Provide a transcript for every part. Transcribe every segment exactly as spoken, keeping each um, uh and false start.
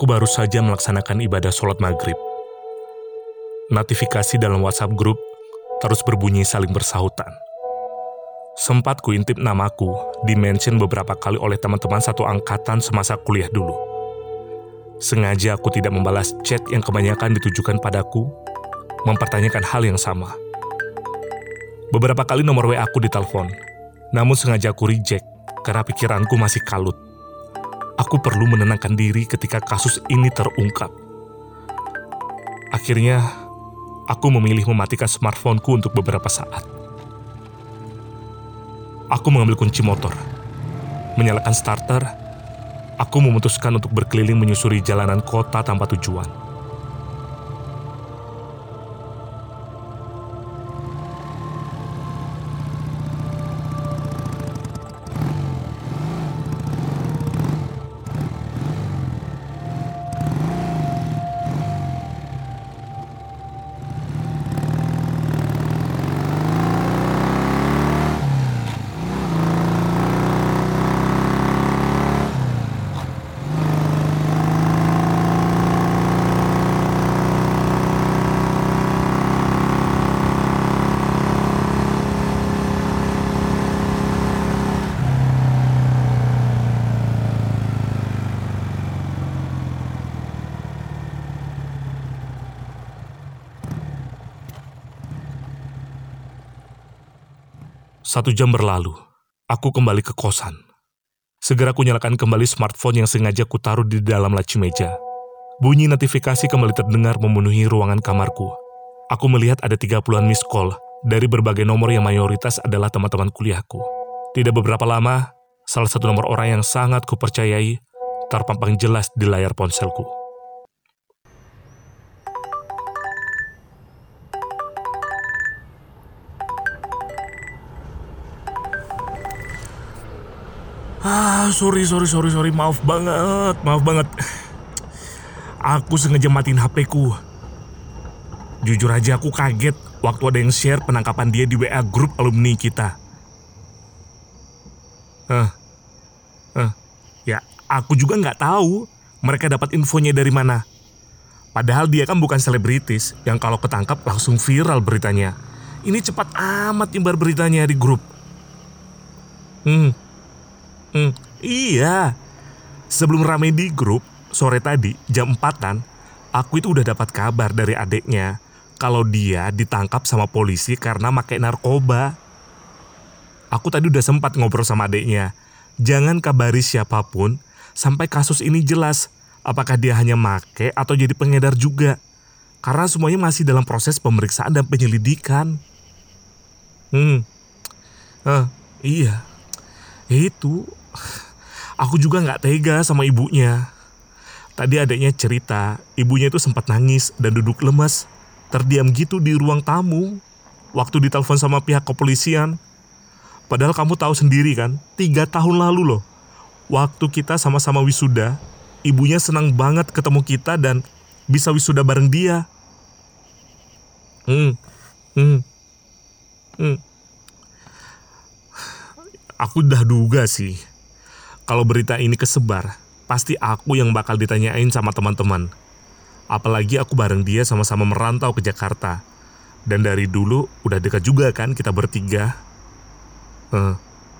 Aku baru saja melaksanakan ibadah sholat maghrib. Notifikasi dalam WhatsApp grup terus berbunyi saling bersahutan. Sempat kuintip namaku di-mention beberapa kali oleh teman-teman satu angkatan semasa kuliah dulu. Sengaja aku tidak membalas chat yang kebanyakan ditujukan padaku, mempertanyakan hal yang sama. Beberapa kali nomor W A aku ditelepon, namun sengaja aku reject karena pikiranku masih kalut. Aku perlu menenangkan diri ketika kasus ini terungkap. Akhirnya, aku memilih mematikan smartphone-ku untuk beberapa saat. Aku mengambil kunci motor, menyalakan starter. Aku memutuskan untuk berkeliling menyusuri jalanan kota tanpa tujuan. Satu jam berlalu, aku kembali ke kosan. Segera ku nyalakan kembali smartphone yang sengaja ku taruh di dalam laci meja. Bunyi notifikasi kembali terdengar memenuhi ruangan kamarku. Aku melihat ada tiga puluhan miss call dari berbagai nomor yang mayoritas adalah teman-teman kuliahku. Tidak beberapa lama, salah satu nomor orang yang sangat kupercayai terpampang jelas di layar ponselku. Ah, sorry, sorry, sorry, sorry, maaf banget, maaf banget. Aku sengaja matiin H P-ku. Jujur aja aku kaget waktu ada yang share penangkapan dia di W A grup alumni kita. Hah, hah, ya aku juga nggak tahu mereka dapat infonya dari mana. Padahal dia kan bukan selebritis yang kalau ketangkap langsung viral beritanya. Ini cepat amat nyebar beritanya di grup. Hmm. Hmm, iya. Sebelum rame di grup, sore tadi, jam empatan, aku itu udah dapat kabar dari adeknya kalau dia ditangkap sama polisi karena pakai narkoba. Aku tadi udah sempat ngobrol sama adeknya. Jangan kabari siapapun sampai kasus ini jelas. Apakah dia hanya make atau jadi pengedar juga. Karena semuanya masih dalam proses pemeriksaan dan penyelidikan. Hmm, ah, iya. Itu... Aku juga gak tega sama ibunya. Tadi adiknya cerita, ibunya itu sempat nangis dan duduk lemas, terdiam gitu di ruang tamu, waktu ditelepon sama pihak kepolisian. Padahal kamu tahu sendiri kan, tiga tahun lalu loh, waktu kita sama-sama wisuda, ibunya senang banget ketemu kita dan bisa wisuda bareng dia. Hmm, hmm, hmm. Aku udah duga sih. Kalau berita ini kesebar, pasti aku yang bakal ditanyain sama teman-teman. Apalagi aku bareng dia sama-sama merantau ke Jakarta. Dan dari dulu udah dekat juga kan kita bertiga. Uh.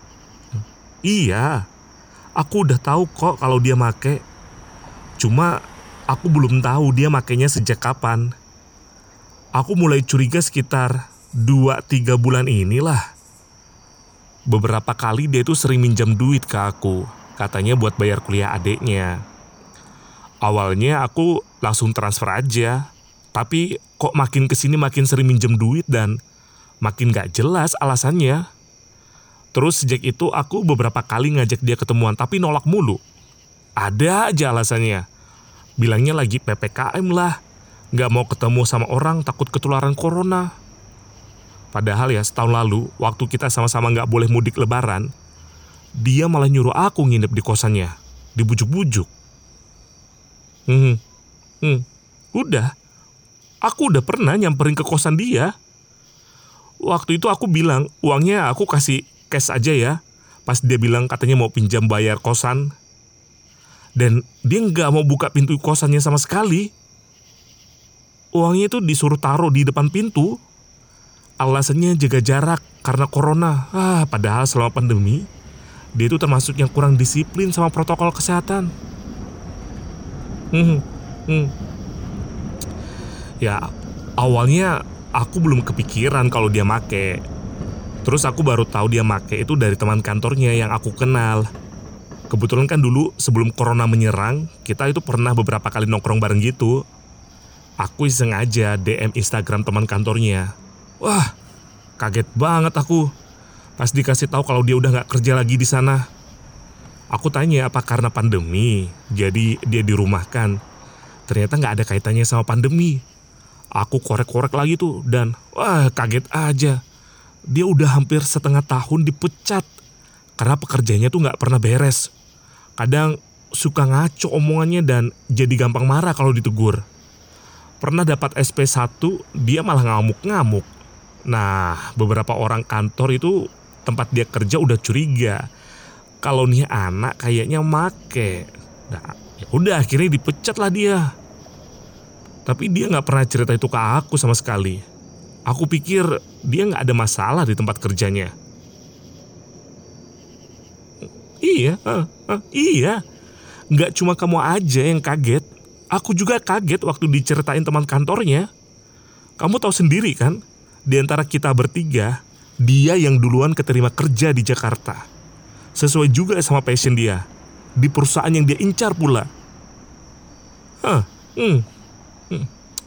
Iya, aku udah tahu kok kalau dia make. Cuma aku belum tahu dia makainya sejak kapan. Aku mulai curiga sekitar dua tiga bulan inilah. Beberapa kali dia tuh sering minjam duit ke aku. Katanya buat bayar kuliah adeknya. Awalnya aku langsung transfer aja. Tapi kok makin kesini makin sering minjem duit dan makin gak jelas alasannya. Terus sejak itu aku beberapa kali ngajak dia ketemuan tapi nolak mulu. Ada aja alasannya. Bilangnya lagi P P K M lah. Gak mau ketemu sama orang takut ketularan corona. Padahal ya setahun lalu waktu kita sama-sama gak boleh mudik lebaran, dia malah nyuruh aku nginep di kosannya, dibujuk-bujuk. Hmm, hmm, udah, aku udah pernah nyamperin ke kosan dia. Waktu itu aku bilang uangnya aku kasih cash aja ya. Pas dia bilang katanya mau pinjam bayar kosan. Dan dia nggak mau buka pintu kosannya sama sekali. Uangnya itu disuruh taruh di depan pintu. Alasannya jaga jarak karena corona. Ah, padahal selama pandemi dia itu termasuk yang kurang disiplin sama protokol kesehatan. Hmm, hmm. Ya, awalnya aku belum kepikiran kalau dia make. Terus aku baru tahu dia make itu dari teman kantornya yang aku kenal. Kebetulan kan dulu sebelum corona menyerang, kita itu pernah beberapa kali nongkrong bareng gitu. Aku sengaja D M Instagram teman kantornya. Wah, kaget banget aku pas dikasih tahu kalau dia udah nggak kerja lagi di sana. Aku tanya apa karena pandemi, jadi dia dirumahkan. Ternyata nggak ada kaitannya sama pandemi. Aku korek-korek lagi tuh dan wah kaget aja. Dia udah hampir setengah tahun dipecat karena pekerjaannya tuh nggak pernah beres. Kadang suka ngaco omongannya dan jadi gampang marah kalau ditegur. Pernah dapat S P satu, dia malah ngamuk-ngamuk. Nah, beberapa orang kantor itu tempat dia kerja udah curiga kalau nih anak kayaknya make. Nah, ya udah akhirnya dipecat lah dia. Tapi dia nggak pernah cerita itu ke aku sama sekali. Aku pikir dia nggak ada masalah di tempat kerjanya. Iya, uh, uh, iya. Nggak cuma kamu aja yang kaget. Aku juga kaget waktu diceritain teman kantornya. Kamu tahu sendiri kan, di antara kita bertiga, dia yang duluan keterima kerja di Jakarta. Sesuai juga sama passion dia. Di perusahaan yang dia incar pula. Hah, hmm, hmm.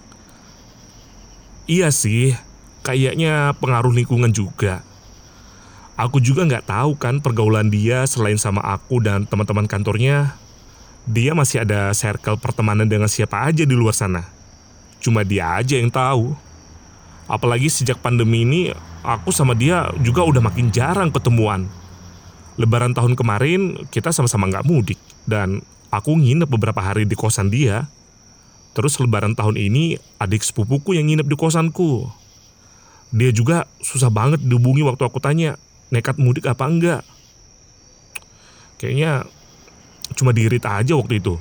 Iya sih, kayaknya pengaruh lingkungan juga. Aku juga nggak tahu kan pergaulan dia selain sama aku dan teman-teman kantornya. Dia masih ada circle pertemanan dengan siapa aja di luar sana. Cuma dia aja yang tahu. Apalagi sejak pandemi ini, aku sama dia juga udah makin jarang ketemuan. Lebaran tahun kemarin kita sama-sama nggak mudik dan aku nginep beberapa hari di kosan dia. Terus lebaran tahun ini adik sepupuku yang nginep di kosanku. Dia juga susah banget dihubungi waktu aku tanya nekat mudik apa enggak. Kayaknya cuma diirit aja waktu itu.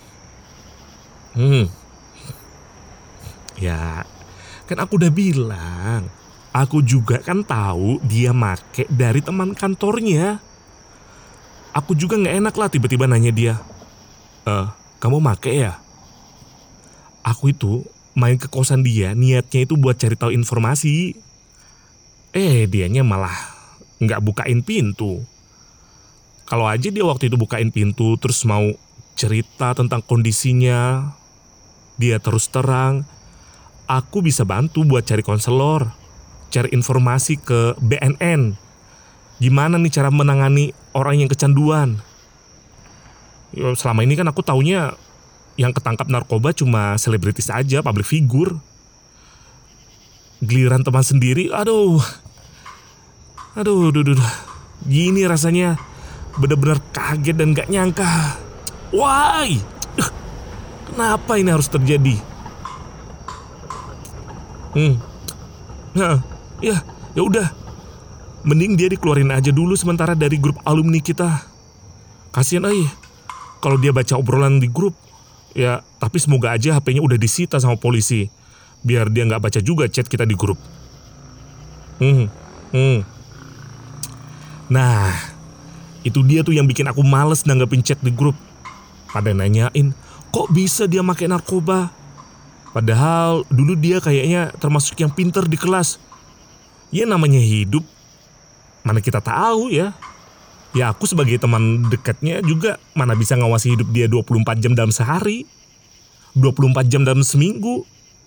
Hmm. Ya, kan aku udah bilang. Aku juga kan tahu dia make dari teman kantornya. Aku juga gak enak lah tiba-tiba nanya dia. Eh, kamu make ya? Aku itu main ke kosan dia niatnya itu buat cari tahu informasi. Eh, dianya malah gak bukain pintu. Kalau aja dia waktu itu bukain pintu terus mau cerita tentang kondisinya, dia terus terang, aku bisa bantu buat cari konselor, cari informasi ke B N N. Gimana nih cara menangani orang yang kecanduan? Ya, selama ini kan aku taunya yang ketangkap narkoba cuma selebritis aja, public figure. Giliran teman sendiri, aduh, aduh, aduh, aduh. Gini rasanya. Bener-bener kaget dan gak nyangka. Why? Kenapa ini harus terjadi? Hmm. Nah, ya, ya udah. Mending dia dikeluarin aja dulu sementara dari grup alumni kita. Kasian aja kalau dia baca obrolan di grup. Ya, tapi semoga aja H P-nya udah disita sama polisi. Biar dia gak baca juga chat kita di grup. Hmm. Hmm. Nah, itu dia tuh yang bikin aku males nanggepin chat di grup. Pada nanyain, kok bisa dia pakai narkoba? Padahal dulu dia kayaknya termasuk yang pinter di kelas. Ya namanya hidup, mana kita tahu ya. Ya aku sebagai teman dekatnya juga mana bisa ngawasi hidup dia dua puluh empat jam dalam sehari, dua puluh empat jam dalam seminggu.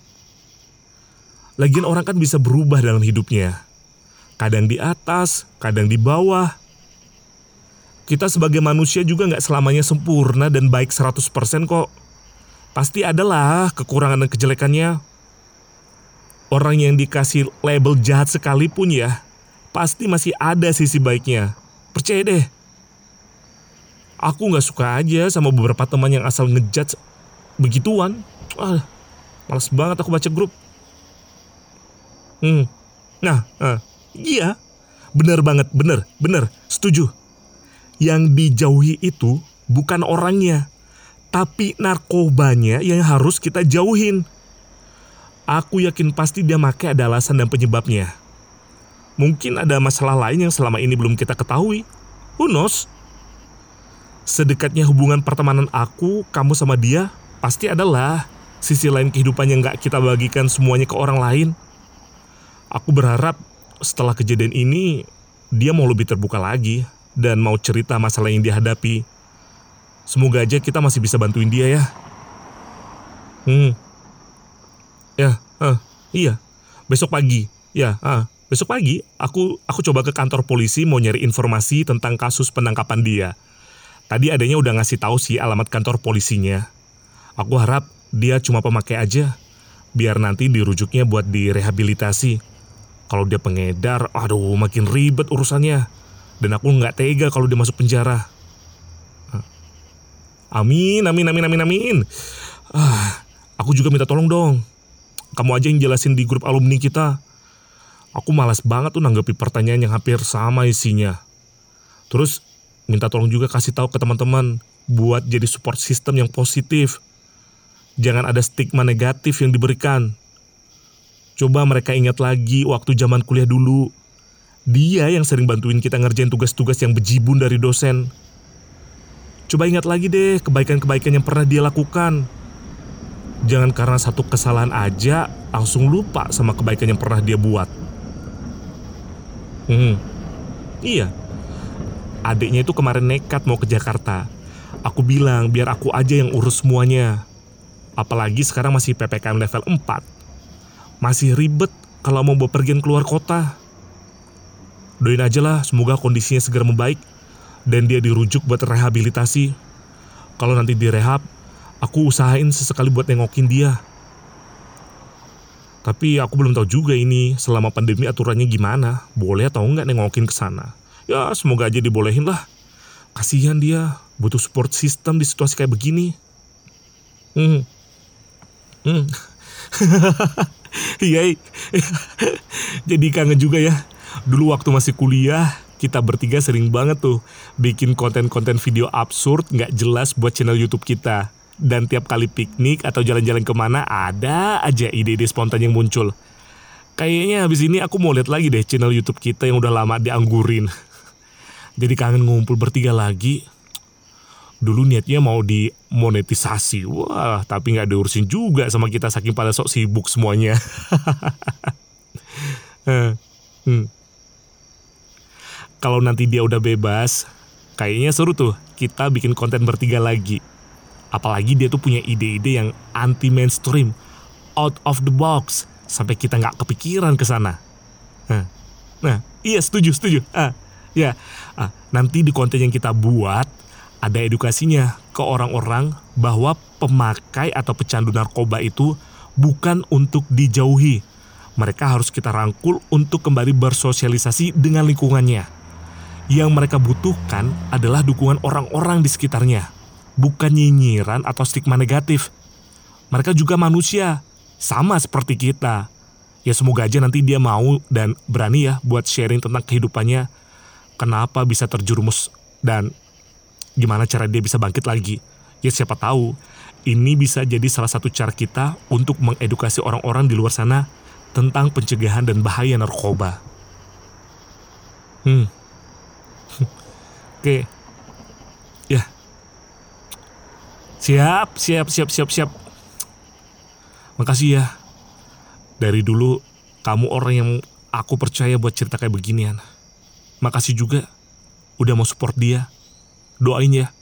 Lagian orang kan bisa berubah dalam hidupnya. Kadang di atas, kadang di bawah. Kita sebagai manusia juga gak selamanya sempurna dan baik seratus persen kok. Pasti adalah kekurangan dan kejelekannya. Orang yang dikasih label jahat sekalipun ya, pasti masih ada sisi baiknya. Percaya deh. Aku gak suka aja sama beberapa teman yang asal ngejudge begituan. Ah, males banget aku baca grup. Hmm. Nah, nah, iya. Bener banget, bener, bener, setuju. Yang dijauhi itu bukan orangnya, Tapi narkobanya yang harus kita jauhin. Aku yakin pasti dia make ada alasan dan penyebabnya. Mungkin ada masalah lain yang selama ini belum kita ketahui. Who knows? Sedekatnya hubungan pertemanan aku, kamu sama dia, pasti adalah sisi lain kehidupan yang gak kita bagikan semuanya ke orang lain. Aku berharap setelah kejadian ini, dia mau lebih terbuka lagi dan mau cerita masalah yang dia hadapi. Semoga aja kita masih bisa bantuin dia ya. Hmm. Ya, ah, iya. Besok pagi. Ya, ah, besok pagi aku aku coba ke kantor polisi mau nyari informasi tentang kasus penangkapan dia. Tadi adanya udah ngasih tahu sih alamat kantor polisinya. Aku harap dia cuma pemakai aja, biar nanti dirujuknya buat direhabilitasi. Kalau dia pengedar, aduh makin ribet urusannya. Dan aku nggak tega kalau dia masuk penjara. Amin, amin, amin, amin, amin. Ah, aku juga minta tolong dong. Kamu aja yang jelasin di grup alumni kita. Aku malas banget tuh nanggapi pertanyaan yang hampir sama isinya. Terus minta tolong juga kasih tahu ke teman-teman buat jadi support system yang positif. Jangan ada stigma negatif yang diberikan. Coba mereka ingat lagi waktu zaman kuliah dulu. Dia yang sering bantuin kita ngerjain tugas-tugas yang bejibun dari dosen. Coba ingat lagi deh kebaikan-kebaikan yang pernah dia lakukan. Jangan karena satu kesalahan aja langsung lupa sama kebaikan yang pernah dia buat. Hmm, iya. Adiknya itu kemarin nekat mau ke Jakarta. Aku bilang biar aku aja yang urus semuanya. Apalagi sekarang masih P P K M level empat. Masih ribet kalau mau bepergian keluar kota. Doain aja lah semoga kondisinya segera membaik dan dia dirujuk buat rehabilitasi. Kalau nanti direhab, aku usahain sesekali buat nengokin dia. Tapi aku belum tahu juga ini selama pandemi aturannya gimana. Boleh atau enggak nengokin ke sana. Ya semoga aja dibolehin lah. Kasihan dia, butuh support system di situasi kayak begini. Hmm. Hmm. Iya. Jadi kangen juga ya. Dulu waktu masih kuliah, kita bertiga sering banget tuh bikin konten-konten video absurd gak jelas buat channel YouTube kita. Dan tiap kali piknik atau jalan-jalan kemana ada aja ide-ide spontan yang muncul. Kayaknya habis ini aku mau lihat lagi deh channel YouTube kita yang udah lama dianggurin. Jadi kangen ngumpul bertiga lagi. Dulu niatnya mau dimonetisasi. Wah, tapi gak diurusin juga sama kita saking pada sok sibuk semuanya. hmm. Kalau nanti dia udah bebas, kayaknya seru tuh kita bikin konten bertiga lagi. Apalagi dia tuh punya ide-ide yang anti mainstream, out of the box, sampai kita nggak kepikiran ke sana. Nah, nah, iya setuju, setuju. Ah, ya, ah, nanti di konten yang kita buat ada edukasinya ke orang-orang bahwa pemakai atau pecandu narkoba itu bukan untuk dijauhi. Mereka harus kita rangkul untuk kembali bersosialisasi dengan lingkungannya. Yang mereka butuhkan adalah dukungan orang-orang di sekitarnya. Bukan nyinyiran atau stigma negatif. Mereka juga manusia, sama seperti kita. Ya semoga aja nanti dia mau dan berani ya buat sharing tentang kehidupannya. Kenapa bisa terjerumus dan gimana cara dia bisa bangkit lagi. Ya siapa tahu, ini bisa jadi salah satu cara kita untuk mengedukasi orang-orang di luar sana tentang pencegahan dan bahaya narkoba. Hmm. Oke. Ya. Siap, siap, siap, siap, siap. Makasih ya. Dari dulu kamu orang yang aku percaya buat cerita kayak beginian. Makasih juga udah mau support dia. Doain ya